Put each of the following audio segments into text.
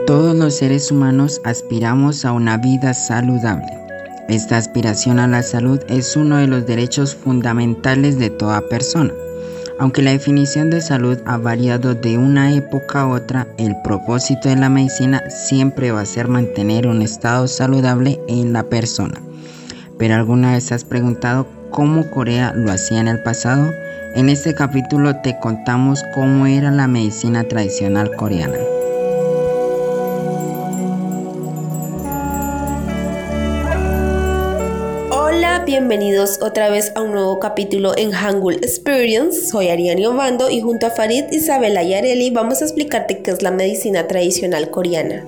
Todos los seres humanos aspiramos a una vida saludable. Esta aspiración a la salud es uno de los derechos fundamentales de toda persona. Aunque la definición de salud ha variado de una época a otra, el propósito de la medicina siempre va a ser mantener un estado saludable en la persona. ¿Pero alguna vez has preguntado cómo Corea lo hacía en el pasado? En este capítulo te contamos cómo era la medicina tradicional coreana. Hola, bienvenidos otra vez a un nuevo capítulo en Hangul Experience. Soy Ariane Obando y junto a Farid, Isabela y Areli vamos a explicarte qué es la medicina tradicional coreana.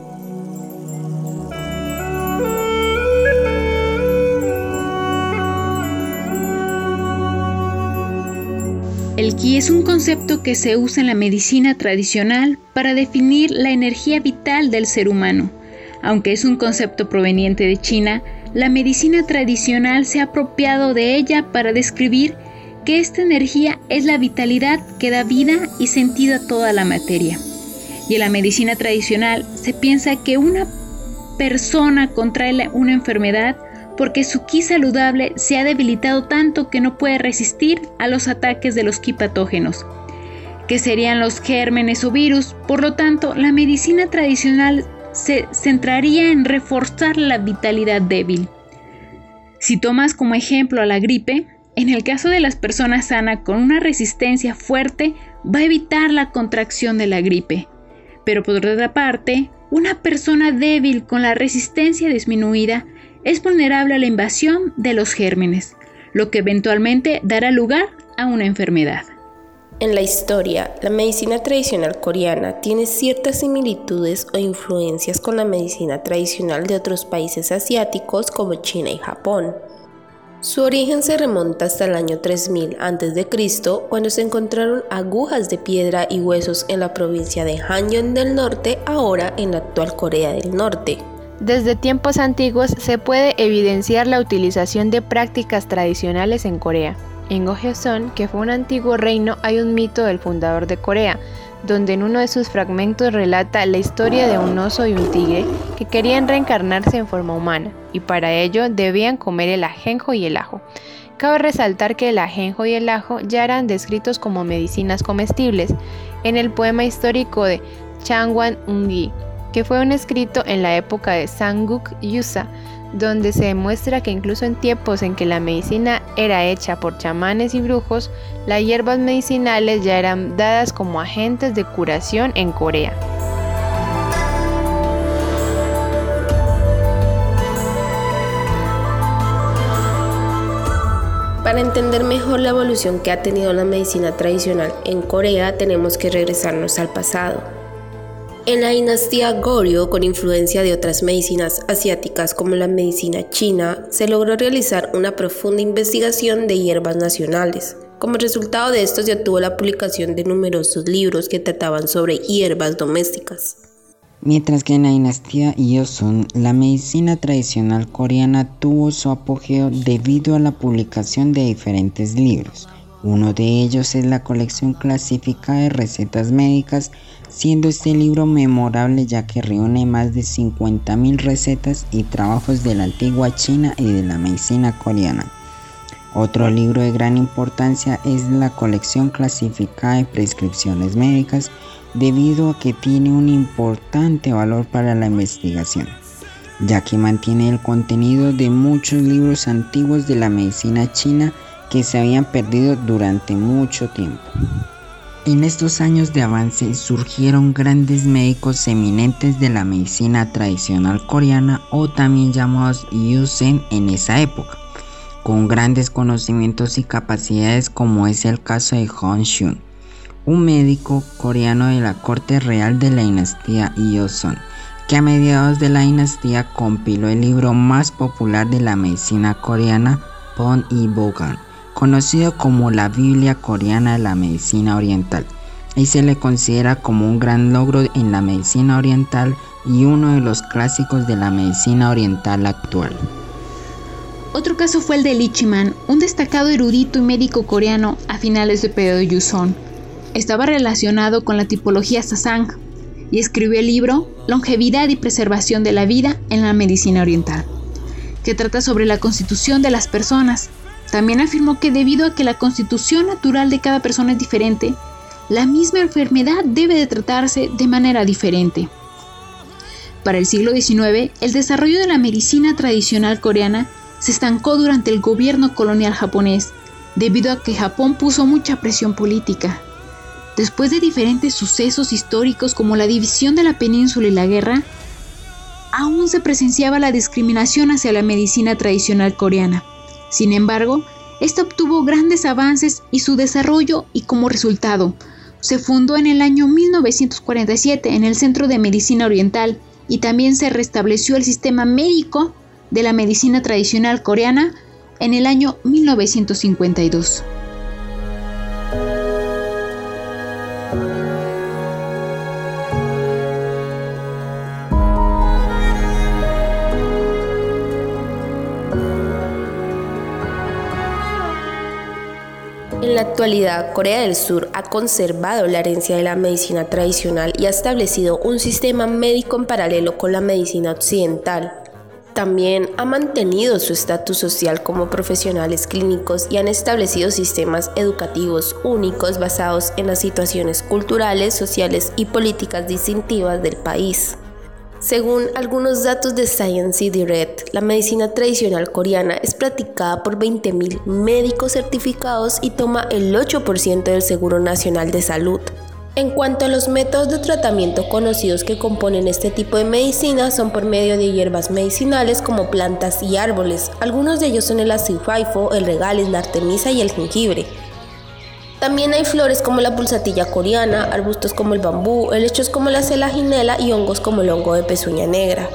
El ki es un concepto que se usa en la medicina tradicional para definir la energía vital del ser humano. Aunque es un concepto proveniente de China, la medicina tradicional se ha apropiado de ella para describir que esta energía es la vitalidad que da vida y sentido a toda la materia. Y en la medicina tradicional se piensa que una persona contrae una enfermedad porque su ki saludable se ha debilitado tanto que no puede resistir a los ataques de los ki patógenos, que serían los gérmenes o virus. Por lo tanto, la medicina tradicional se centraría en reforzar la vitalidad débil. Si tomas como ejemplo a la gripe, en el caso de las personas sanas con una resistencia fuerte, va a evitar la contracción de la gripe. Pero por otra parte, una persona débil con la resistencia disminuida es vulnerable a la invasión de los gérmenes, lo que eventualmente dará lugar a una enfermedad. En la historia, la medicina tradicional coreana tiene ciertas similitudes o influencias con la medicina tradicional de otros países asiáticos como China y Japón. Su origen se remonta hasta el año 3000 a.C., cuando se encontraron agujas de piedra y huesos en la provincia de Hamgyong del Norte, ahora en la actual Corea del Norte. Desde tiempos antiguos se puede evidenciar la utilización de prácticas tradicionales en Corea. En Gojoseon, que fue un antiguo reino, hay un mito del fundador de Corea, donde en uno de sus fragmentos relata la historia de un oso y un tigre que querían reencarnarse en forma humana, y para ello debían comer el ajenjo y el ajo. Cabe resaltar que el ajenjo y el ajo ya eran descritos como medicinas comestibles en el poema histórico de Changwon Ungi, que fue un escrito en la época de Samguk Yusa, donde se demuestra que incluso en tiempos en que la medicina era hecha por chamanes y brujos, las hierbas medicinales ya eran dadas como agentes de curación en Corea. Para entender mejor la evolución que ha tenido la medicina tradicional en Corea, tenemos que regresarnos al pasado. En la dinastía Goryeo, con influencia de otras medicinas asiáticas como la medicina china, se logró realizar una profunda investigación de hierbas nacionales. Como resultado de esto se obtuvo la publicación de numerosos libros que trataban sobre hierbas domésticas. Mientras que en la dinastía Joseon, la medicina tradicional coreana tuvo su apogeo debido a la publicación de diferentes libros. Uno de ellos es la colección clasificada de recetas médicas, siendo este libro memorable ya que reúne más de 50.000 recetas y trabajos de la antigua China y de la medicina coreana. Otro libro de gran importancia es la colección clasificada de prescripciones médicas, debido a que tiene un importante valor para la investigación, ya que mantiene el contenido de muchos libros antiguos de la medicina china que se habían perdido durante mucho tiempo. En estos años de avance surgieron grandes médicos eminentes de la medicina tradicional coreana, o también llamados Yusen en esa época, con grandes conocimientos y capacidades, como es el caso de Hong Shun, un médico coreano de la corte real de la dinastía Joseon, que a mediados de la dinastía compiló el libro más popular de la medicina coreana, Bon y Bogan, conocido como la Biblia coreana de la medicina oriental, y se le considera como un gran logro en la medicina oriental y uno de los clásicos de la medicina oriental actual. Otro caso fue el de Lee Chi-man, un destacado erudito y médico coreano a finales del periodo Joseon. Estaba relacionado con la tipología Sasang, y escribió el libro Longevidad y Preservación de la Vida en la Medicina Oriental, que trata sobre la constitución de las personas. También afirmó que debido a que la constitución natural de cada persona es diferente, la misma enfermedad debe de tratarse de manera diferente. Para el siglo XIX, el desarrollo de la medicina tradicional coreana se estancó durante el gobierno colonial japonés, debido a que Japón puso mucha presión política. Después de diferentes sucesos históricos como la división de la península y la guerra, aún se presenciaba la discriminación hacia la medicina tradicional coreana. Sin embargo, esta obtuvo grandes avances y su desarrollo, y como resultado, se fundó en el año 1947 en el Centro de Medicina Oriental, y también se restableció el sistema médico de la medicina tradicional coreana en el año 1952. En la actualidad, Corea del Sur ha conservado la herencia de la medicina tradicional y ha establecido un sistema médico en paralelo con la medicina occidental. También ha mantenido su estatus social como profesionales clínicos y han establecido sistemas educativos únicos basados en las situaciones culturales, sociales y políticas distintivas del país. Según algunos datos de Science Direct, la medicina tradicional coreana es practicada por 20.000 médicos certificados y toma el 8% del Seguro Nacional de Salud. En cuanto a los métodos de tratamiento conocidos que componen este tipo de medicina, son por medio de hierbas medicinales como plantas y árboles. Algunos de ellos son el acifaifo, el regales, la artemisa y el jengibre. También hay flores como la pulsatilla coreana, arbustos como el bambú, helechos como la selaginela y hongos como el hongo de pezuña negra.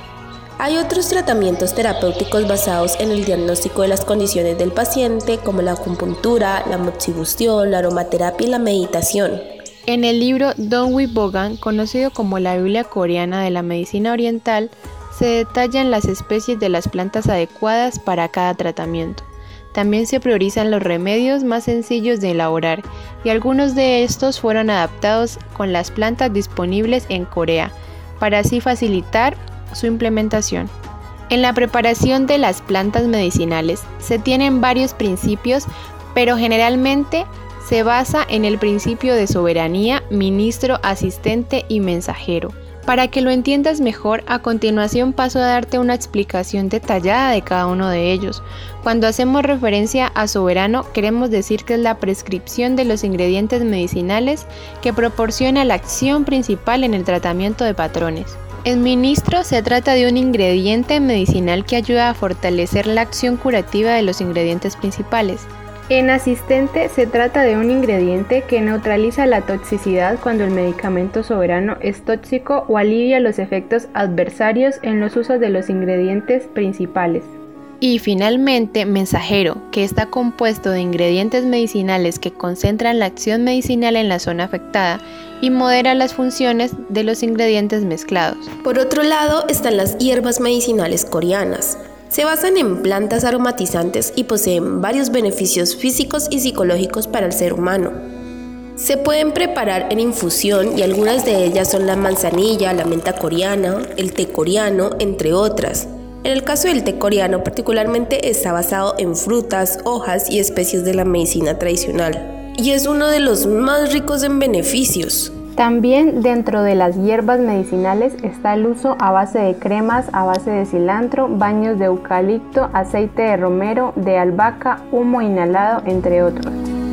Hay otros tratamientos terapéuticos basados en el diagnóstico de las condiciones del paciente, como la acupuntura, la moxibustión, la aromaterapia y la meditación. En el libro Dongui Bogan, conocido como la Biblia coreana de la medicina oriental, se detallan las especies de las plantas adecuadas para cada tratamiento. También se priorizan los remedios más sencillos de elaborar, y algunos de estos fueron adaptados con las plantas disponibles en Corea, para así facilitar su implementación. En la preparación de las plantas medicinales se tienen varios principios, pero generalmente se basa en el principio de soberanía, ministro, asistente y mensajero. Para que lo entiendas mejor, a continuación paso a darte una explicación detallada de cada uno de ellos. Cuando hacemos referencia a soberano, queremos decir que es la prescripción de los ingredientes medicinales que proporciona la acción principal en el tratamiento de patrones. El ministro se trata de un ingrediente medicinal que ayuda a fortalecer la acción curativa de los ingredientes principales. En asistente se trata de un ingrediente que neutraliza la toxicidad cuando el medicamento soberano es tóxico o alivia los efectos adversarios en los usos de los ingredientes principales. Y finalmente, mensajero, que está compuesto de ingredientes medicinales que concentran la acción medicinal en la zona afectada y modera las funciones de los ingredientes mezclados. Por otro lado, están las hierbas medicinales coreanas. Se basan en plantas aromatizantes y poseen varios beneficios físicos y psicológicos para el ser humano. Se pueden preparar en infusión y algunas de ellas son la manzanilla, la menta coreana, el té coreano, entre otras. En el caso del té coreano particularmente está basado en frutas, hojas y especies de la medicina tradicional y es uno de los más ricos en beneficios. También dentro de las hierbas medicinales está el uso a base de cremas, a base de cilantro, baños de eucalipto, aceite de romero, de albahaca, humo inhalado, entre otros.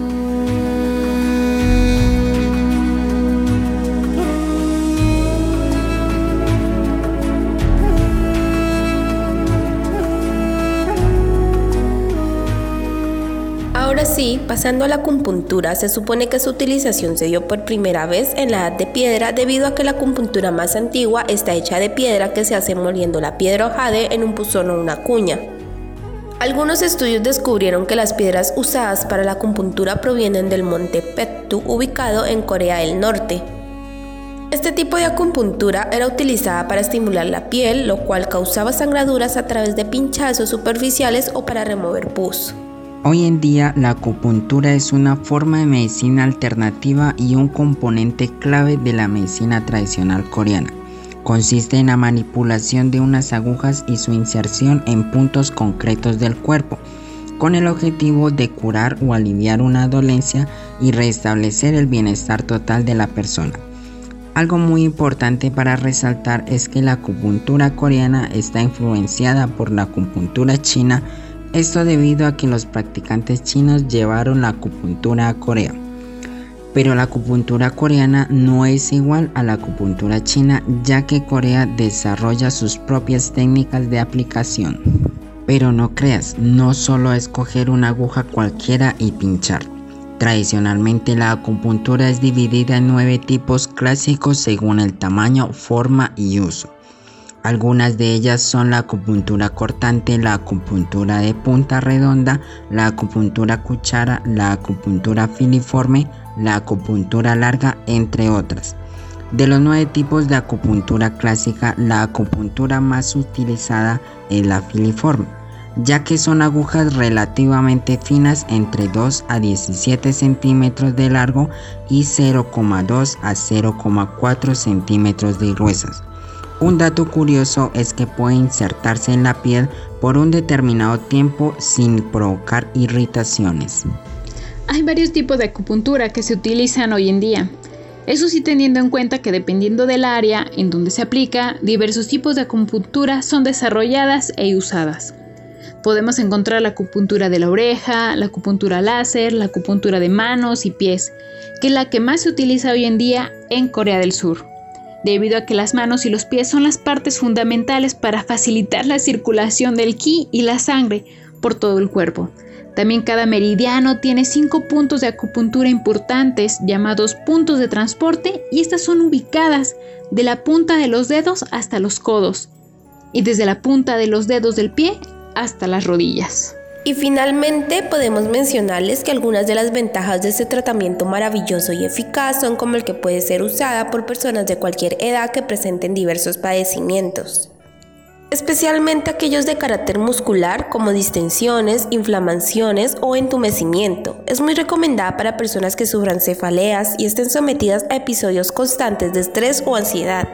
Ahora sí, pasando a la acupuntura, se supone que su utilización se dio por primera vez en la Edad de Piedra debido a que la acupuntura más antigua está hecha de piedra que se hace moliendo la piedra o jade en un puzón o una cuña. Algunos estudios descubrieron que las piedras usadas para la acupuntura provienen del monte Paektu ubicado en Corea del Norte. Este tipo de acupuntura era utilizada para estimular la piel, lo cual causaba sangraduras a través de pinchazos superficiales o para remover pus. Hoy en día la acupuntura es una forma de medicina alternativa y un componente clave de la medicina tradicional coreana. Consiste en la manipulación de unas agujas y su inserción en puntos concretos del cuerpo, con el objetivo de curar o aliviar una dolencia y restablecer el bienestar total de la persona. Algo muy importante para resaltar es que la acupuntura coreana está influenciada por la acupuntura china, esto debido a que los practicantes chinos llevaron la acupuntura a Corea. Pero la acupuntura coreana no es igual a la acupuntura china, ya que Corea desarrolla sus propias técnicas de aplicación. Pero no creas, no solo es coger una aguja cualquiera y pinchar. Tradicionalmente la acupuntura es dividida en 9 tipos clásicos según el tamaño, forma y uso. Algunas de ellas son la acupuntura cortante, la acupuntura de punta redonda, la acupuntura cuchara, la acupuntura filiforme, la acupuntura larga, entre otras. De los 9 tipos de acupuntura clásica, la acupuntura más utilizada es la filiforme, ya que son agujas relativamente finas entre 2 a 17 centímetros de largo y 0,2 a 0,4 centímetros de gruesas. Un dato curioso es que puede insertarse en la piel por un determinado tiempo sin provocar irritaciones. Hay varios tipos de acupuntura que se utilizan hoy en día. Eso sí, teniendo en cuenta que dependiendo del área en donde se aplica, diversos tipos de acupuntura son desarrolladas e usadas. Podemos encontrar la acupuntura de la oreja, la acupuntura láser, la acupuntura de manos y pies, que es la que más se utiliza hoy en día en Corea del Sur, debido a que las manos y los pies son las partes fundamentales para facilitar la circulación del ki y la sangre por todo el cuerpo. También cada meridiano tiene 5 puntos de acupuntura importantes llamados puntos de transporte, y estas son ubicadas de la punta de los dedos hasta los codos y desde la punta de los dedos del pie hasta las rodillas. Y finalmente podemos mencionarles que algunas de las ventajas de este tratamiento maravilloso y eficaz son como el que puede ser usada por personas de cualquier edad que presenten diversos padecimientos, especialmente aquellos de carácter muscular como distensiones, inflamaciones o entumecimiento. Es muy recomendada para personas que sufran cefaleas y estén sometidas a episodios constantes de estrés o ansiedad.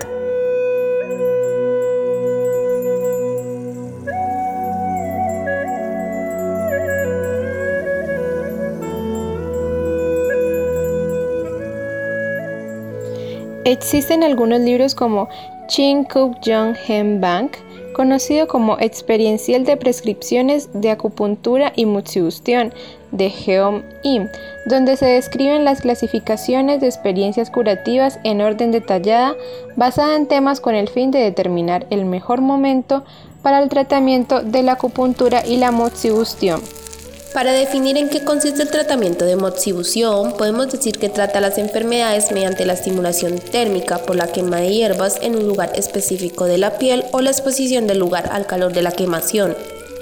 Existen algunos libros como Chin Kuk Jong Hem Bank, conocido como Experiencial de Prescripciones de Acupuntura y Mutsubustión de Geom Im, donde se describen las clasificaciones de experiencias curativas en orden detallada, basada en temas con el fin de determinar el mejor momento para el tratamiento de la acupuntura y la Mutsubustión. Para definir en qué consiste el tratamiento de moxibustión, podemos decir que trata las enfermedades mediante la estimulación térmica por la quema de hierbas en un lugar específico de la piel o la exposición del lugar al calor de la quemación.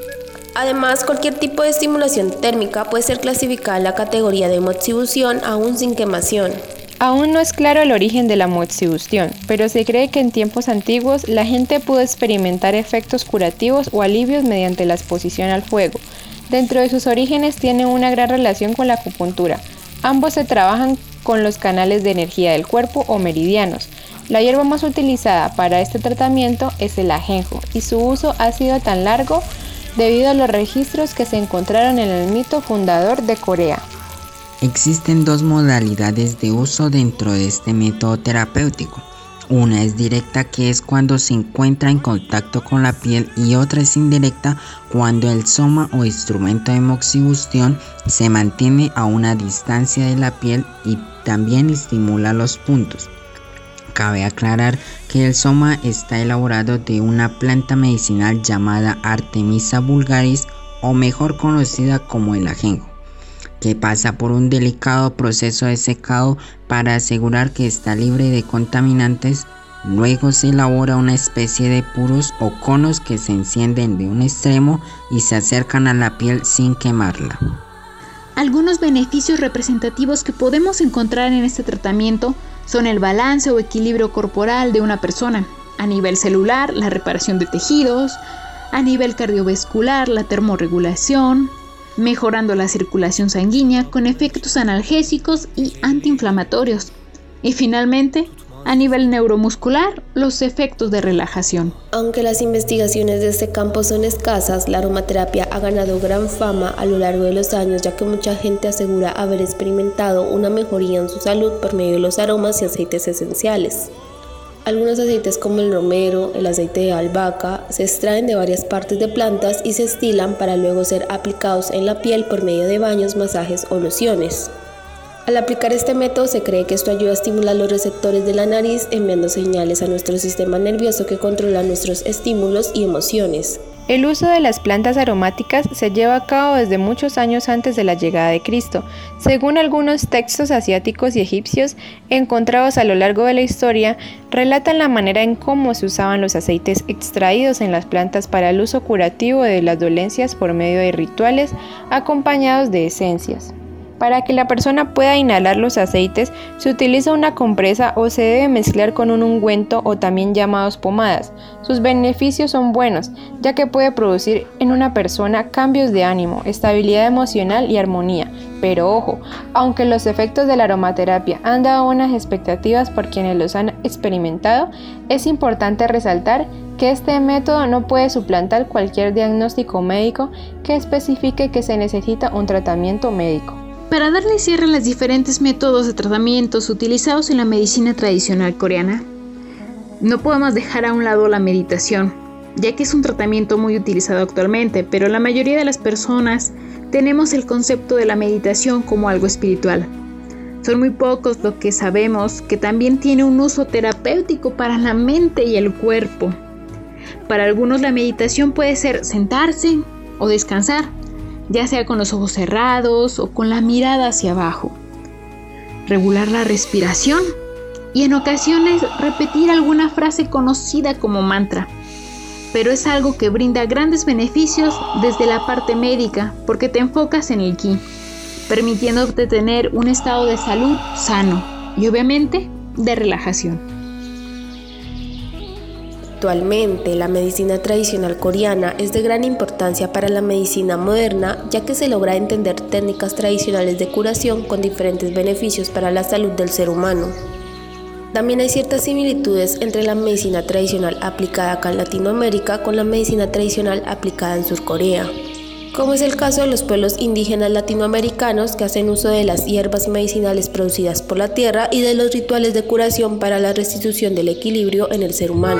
Además, cualquier tipo de estimulación térmica puede ser clasificada en la categoría de moxibustión aún sin quemación. Aún no es claro el origen de la moxibustión, pero se cree que en tiempos antiguos la gente pudo experimentar efectos curativos o alivios mediante la exposición al fuego. Dentro de sus orígenes tiene una gran relación con la acupuntura. Ambos se trabajan con los canales de energía del cuerpo o meridianos. La hierba más utilizada para este tratamiento es el ajenjo, y su uso ha sido tan largo debido a los registros que se encontraron en el mito fundador de Corea. Existen 2 modalidades de uso dentro de este método terapéutico. Una es directa, que es cuando se encuentra en contacto con la piel, y otra es indirecta, cuando el soma o instrumento de moxibustión se mantiene a una distancia de la piel y también estimula los puntos. Cabe aclarar que el soma está elaborado de una planta medicinal llamada Artemisa vulgaris, o mejor conocida como el ajenjo, que pasa por un delicado proceso de secado para asegurar que está libre de contaminantes. Luego se elabora una especie de puros o conos que se encienden de un extremo y se acercan a la piel sin quemarla. Algunos beneficios representativos que podemos encontrar en este tratamiento son el balance o equilibrio corporal de una persona, a nivel celular, la reparación de tejidos, a nivel cardiovascular, la termorregulación, mejorando la circulación sanguínea con efectos analgésicos y antiinflamatorios. Y finalmente, a nivel neuromuscular, los efectos de relajación. Aunque las investigaciones de este campo son escasas, la aromaterapia ha ganado gran fama a lo largo de los años, ya que mucha gente asegura haber experimentado una mejoría en su salud por medio de los aromas y aceites esenciales. Algunos aceites como el romero, el aceite de albahaca, se extraen de varias partes de plantas y se estilan para luego ser aplicados en la piel por medio de baños, masajes o lociones. Al aplicar este método se cree que esto ayuda a estimular los receptores de la nariz, enviando señales a nuestro sistema nervioso que controla nuestros estímulos y emociones. El uso de las plantas aromáticas se lleva a cabo desde muchos años antes de la llegada de Cristo. Según algunos textos asiáticos y egipcios encontrados a lo largo de la historia, relatan la manera en cómo se usaban los aceites extraídos en las plantas para el uso curativo de las dolencias por medio de rituales acompañados de esencias. Para que la persona pueda inhalar los aceites, se utiliza una compresa o se debe mezclar con un ungüento o también llamados pomadas. Sus beneficios son buenos, ya que puede producir en una persona cambios de ánimo, estabilidad emocional y armonía. Pero ojo, aunque los efectos de la aromaterapia han dado unas expectativas por quienes los han experimentado, es importante resaltar que este método no puede suplantar cualquier diagnóstico médico que especifique que se necesita un tratamiento médico. Para darle cierre a los diferentes métodos de tratamientos utilizados en la medicina tradicional coreana, no podemos dejar a un lado la meditación, ya que es un tratamiento muy utilizado actualmente, pero la mayoría de las personas tenemos el concepto de la meditación como algo espiritual. Son muy pocos los que sabemos que también tiene un uso terapéutico para la mente y el cuerpo. Para algunos la meditación puede ser sentarse o descansar, ya sea con los ojos cerrados o con la mirada hacia abajo. Regular la respiración y en ocasiones repetir alguna frase conocida como mantra. Pero es algo que brinda grandes beneficios desde la parte médica porque te enfocas en el ki, permitiéndote tener un estado de salud sano y obviamente de relajación. Actualmente, la medicina tradicional coreana es de gran importancia para la medicina moderna, ya que se logra entender técnicas tradicionales de curación con diferentes beneficios para la salud del ser humano. También hay ciertas similitudes entre la medicina tradicional aplicada acá en Latinoamérica con la medicina tradicional aplicada en Surcorea, como es el caso de los pueblos indígenas latinoamericanos que hacen uso de las hierbas medicinales producidas por la tierra y de los rituales de curación para la restitución del equilibrio en el ser humano.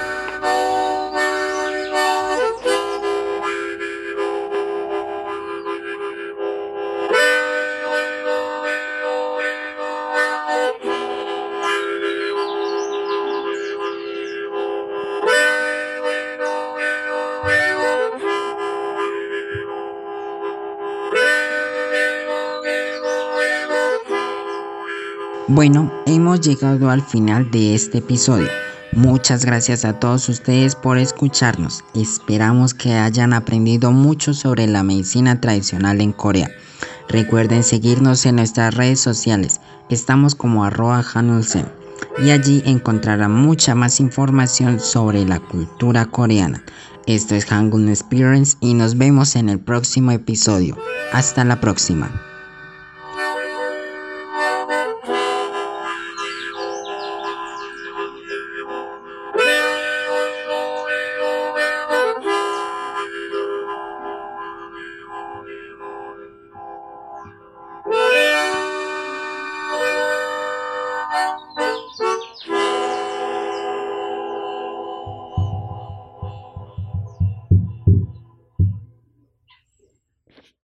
Bueno, hemos llegado al final de este episodio. Muchas gracias a todos ustedes por escucharnos. Esperamos que hayan aprendido mucho sobre la medicina tradicional en Corea. Recuerden seguirnos en nuestras redes sociales. Estamos como @hanulsen y allí encontrarán mucha más información sobre la cultura coreana. Esto es Hangul Experience y nos vemos en el próximo episodio. Hasta la próxima.